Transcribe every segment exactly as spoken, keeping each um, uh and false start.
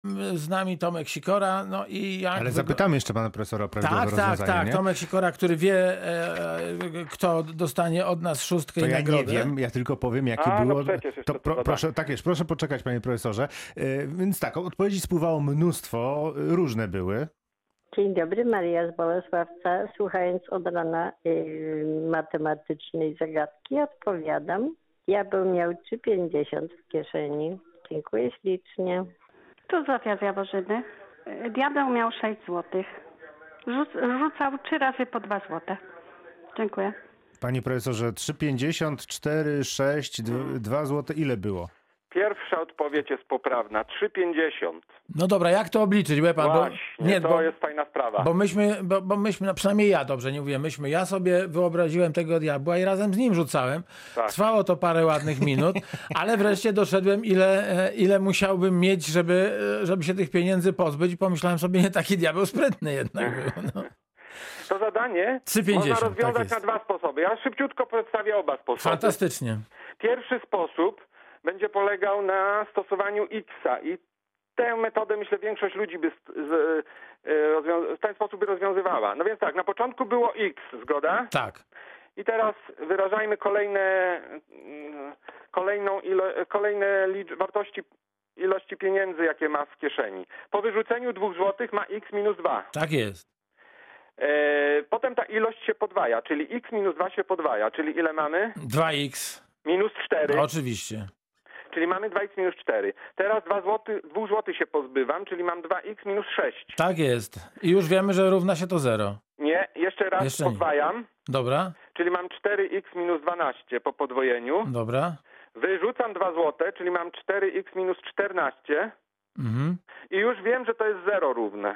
z nami Tomek Sikora. No i jak Ale wygo- zapytamy jeszcze pana profesora o prawidłowe Tak, tak, rozwiązanie, tak. nie? Tomek Sikora, który wie, e, kto dostanie od nas szóstkę To i ja nagrodę. nie wiem, ja tylko powiem, jakie A, no było. przecież jeszcze to pro, to proszę, tak jest, proszę poczekać, panie profesorze. E, więc tak, odpowiedzi spływało mnóstwo, różne były. Dzień dobry, Maria z Bolesławca. Słuchając od rana y, matematycznej zagadki, odpowiadam. Diabeł miał trzy pięćdziesiąt w kieszeni. Dziękuję ślicznie. Tu Zofia z Jaworzyny. Diabeł miał sześć złotych. Rzuc- rzucał trzy razy po dwa złote. Dziękuję. Panie profesorze, trzy pięćdziesiąt, cztery, sześć, dwa złote, ile było? Pierwsza odpowiedź jest poprawna. trzy pięćdziesiąt. No dobra, jak to obliczyć? Wie pan, bo, Właśnie, nie, to bo, jest fajna sprawa. bo myśmy, bo, bo myśmy, no przynajmniej ja dobrze nie mówię, myśmy, ja sobie wyobraziłem tego diabła i razem z nim rzucałem. Tak. Trwało to parę ładnych minut, ale wreszcie doszedłem, ile, e, ile musiałbym mieć, żeby, e, żeby się tych pieniędzy pozbyć i pomyślałem sobie, nie taki diabeł sprytny jednak był. No. To zadanie trzy pięćdziesiąt, można rozwiązać tak jest. na dwa sposoby. Ja szybciutko przedstawię oba sposoby. Fantastycznie. Pierwszy sposób będzie polegał na stosowaniu X-a i tę metodę, myślę, większość ludzi by z, z, rozwią- w ten sposób by rozwiązywała. No więc tak, na początku było X, zgoda? Tak. I teraz wyrażajmy kolejne, mm, kolejną ilo, kolejne licz, wartości ilości pieniędzy, jakie ma w kieszeni. Po wyrzuceniu dwóch złotych ma X minus dwa. Tak jest. E, potem ta ilość się podwaja, czyli X minus dwa się podwaja, czyli ile mamy? dwa x. Minus cztery. No, oczywiście. Czyli mamy dwa x minus cztery. Teraz dwa złote, dwa złote się pozbywam, czyli mam dwa x minus sześć. Tak jest. I już wiemy, że równa się to zero. Nie, jeszcze raz Jeszcze nie. podwajam, Dobra, czyli mam cztery x minus dwanaście po podwojeniu. dobra. Wyrzucam dwa złote, czyli mam cztery x minus czternaście. Mhm. I już wiem, że to jest zero równe.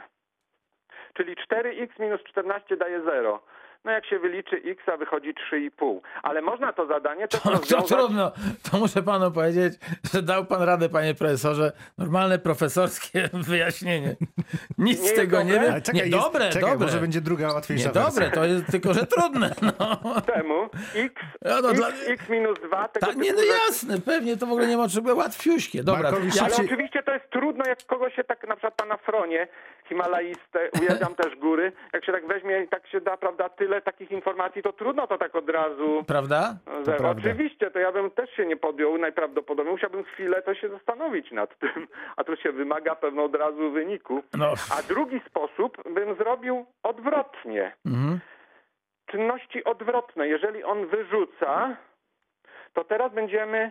Czyli cztery x minus czternaście daje zero. No jak się wyliczy x, a wychodzi trzy i pół. Ale można to zadanie też To, to rozwiązać... trudno. To muszę panu powiedzieć, że dał pan radę, panie profesorze. Normalne profesorskie wyjaśnienie. Nic Nie z tego jest nie dobre? wiem. Ale czekaj, Nie, jest, dobre, czekaj, dobre. może będzie druga, łatwiejsza Nie, wersja. dobre, to jest tylko, że trudne. No. Czemu? X, Ja, no, x, dla- x minus dwa, tego Ta, nie, typu no rzeczy. jasne, pewnie to w ogóle nie ma trzeba łatwiuśkie. Dobra, Markowi ja, Ale szybciej- oczywiście to jest trudno, jak kogoś się tak, na przykład pana Fronie, Himalajistę, uwielbiam też góry, jak się tak weźmie i tak się da, prawda, tyle takich informacji, to trudno to tak od razu... prawda? Że, prawda. oczywiście, to ja bym też się nie podjął najprawdopodobniej. Musiałbym chwilę to się zastanowić nad tym, a to się wymaga pewno od razu wyniku. No. A drugi sposób bym zrobił odwrotnie. Mhm. Czynności odwrotne. Jeżeli on wyrzuca, to teraz będziemy,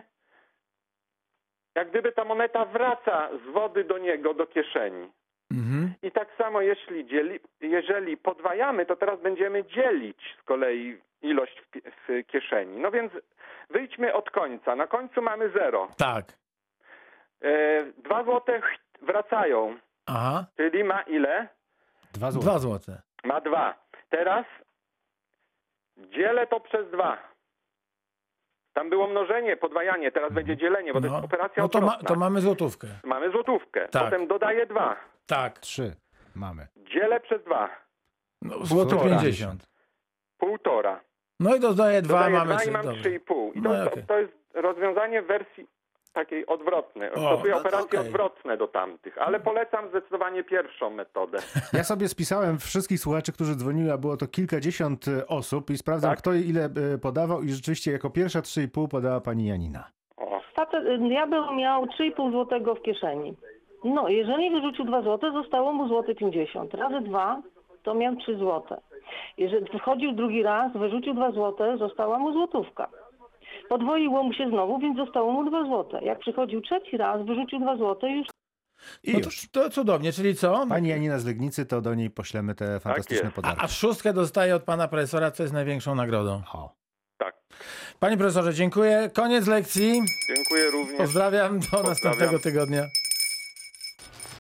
jak gdyby ta moneta wraca z wody do niego, do kieszeni. Mhm. I tak samo jeśli dzieli, jeżeli podwajamy, to teraz będziemy dzielić z kolei ilość w, pi- w kieszeni. No więc wyjdźmy od końca. Na końcu mamy zero. Tak. E, dwa złote wracają, Aha. czyli ma ile? Dwa złote. Dwa złote. Ma dwa. Teraz dzielę to przez dwa. Tam było mnożenie, podwajanie, teraz będzie dzielenie, bo to jest operacja no to, ma, odwrotna. to mamy złotówkę. Mamy złotówkę. Tak. Potem dodaję dwa. Tak. Trzy mamy. Dzielę przez dwa. No, złoty Półtora. pięćdziesiąt. Półtora. No i dodaję dwa, Dodaję mamy dwa trzy. i mam Dobra. trzy i pół. I to, No i to, okej. to jest rozwiązanie w wersji takiej odwrotnej. O, Stosuję no to operacje okej. odwrotne do tamtych, ale polecam zdecydowanie pierwszą metodę. Ja sobie spisałem wszystkich słuchaczy, którzy dzwonili, a było to kilkadziesiąt e, osób i sprawdzam, Tak. kto ile e, podawał i rzeczywiście jako pierwsza trzy i pół podała pani Janina. O, Facet, diabeł miał trzy i pół złotego w kieszeni. No, jeżeli wyrzucił dwa złote, zostało mu złoty pięćdziesiąt. Razy dwa, to miał trzy złote. Jeżeli wchodził drugi raz, wyrzucił dwa złote, została mu złotówka. Podwoiło mu się znowu, więc zostało mu dwa złote. Jak przychodził trzeci raz, wyrzucił dwa złote, już I No to, już. to cudownie, czyli co? Pani Janina z Legnicy, to do niej poślemy te fantastyczne jest. podarki. A, a szóstkę dostaje od pana profesora, co jest największą nagrodą. O. tak. Panie profesorze, dziękuję. Koniec lekcji. Dziękuję również. Pozdrawiam do Pozdrawiam. następnego tygodnia.